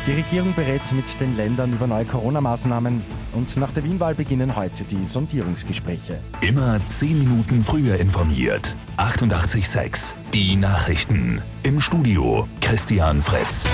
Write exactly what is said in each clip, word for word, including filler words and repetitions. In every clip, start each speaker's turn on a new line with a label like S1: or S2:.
S1: Die Regierung berät mit den Ländern über neue Corona-Maßnahmen und nach der Wien-Wahl beginnen heute die Sondierungsgespräche.
S2: Immer zehn Minuten früher informiert. achtundachtzig Komma sechs. Die Nachrichten. Im Studio Christian Fritz.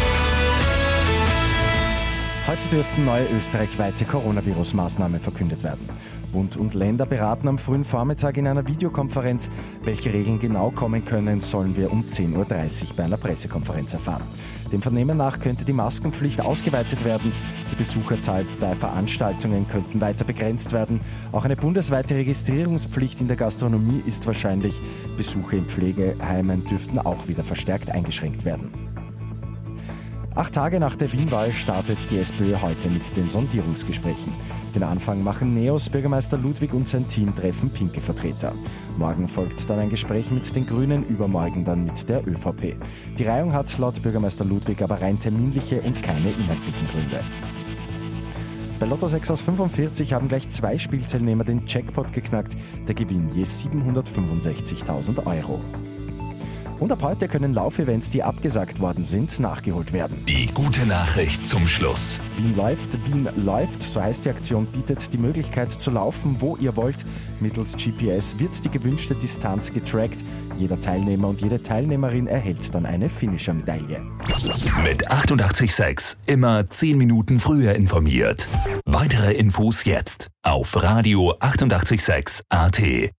S1: Heute dürften neue österreichweite Coronavirus-Maßnahmen verkündet werden. Bund und Länder beraten am frühen Vormittag in einer Videokonferenz. Welche Regeln genau kommen können, sollen wir um zehn Uhr dreißig bei einer Pressekonferenz erfahren. Dem Vernehmen nach könnte die Maskenpflicht ausgeweitet werden. Die Besucherzahl bei Veranstaltungen könnten weiter begrenzt werden. Auch eine bundesweite Registrierungspflicht in der Gastronomie ist wahrscheinlich. Besuche in Pflegeheimen dürften auch wieder verstärkt eingeschränkt werden. Acht Tage nach der Wien-Wahl startet die SPÖ heute mit den Sondierungsgesprächen. Den Anfang machen Neos, Bürgermeister Ludwig und sein Team treffen pinke Vertreter. Morgen folgt dann ein Gespräch mit den Grünen, übermorgen dann mit der ÖVP. Die Reihung hat laut Bürgermeister Ludwig aber rein terminliche und keine inhaltlichen Gründe. Bei Lotto sechs aus fünfundvierzig haben gleich zwei Spielteilnehmer den Jackpot geknackt, der Gewinn je siebenhundertfünfundsechzigtausend Euro. Und ab heute können Laufevents, die abgesagt worden sind, nachgeholt werden.
S2: Die gute Nachricht zum Schluss.
S1: Wien läuft, Wien läuft, so heißt die Aktion, bietet die Möglichkeit zu laufen, wo ihr wollt. Mittels G P S wird die gewünschte Distanz getrackt. Jeder Teilnehmer und jede Teilnehmerin erhält dann eine Finisher-Medaille.
S2: Mit achtundachtzig Komma sechs immer zehn Minuten früher informiert. Weitere Infos jetzt auf Radio achtundachtzig Komma sechs A T.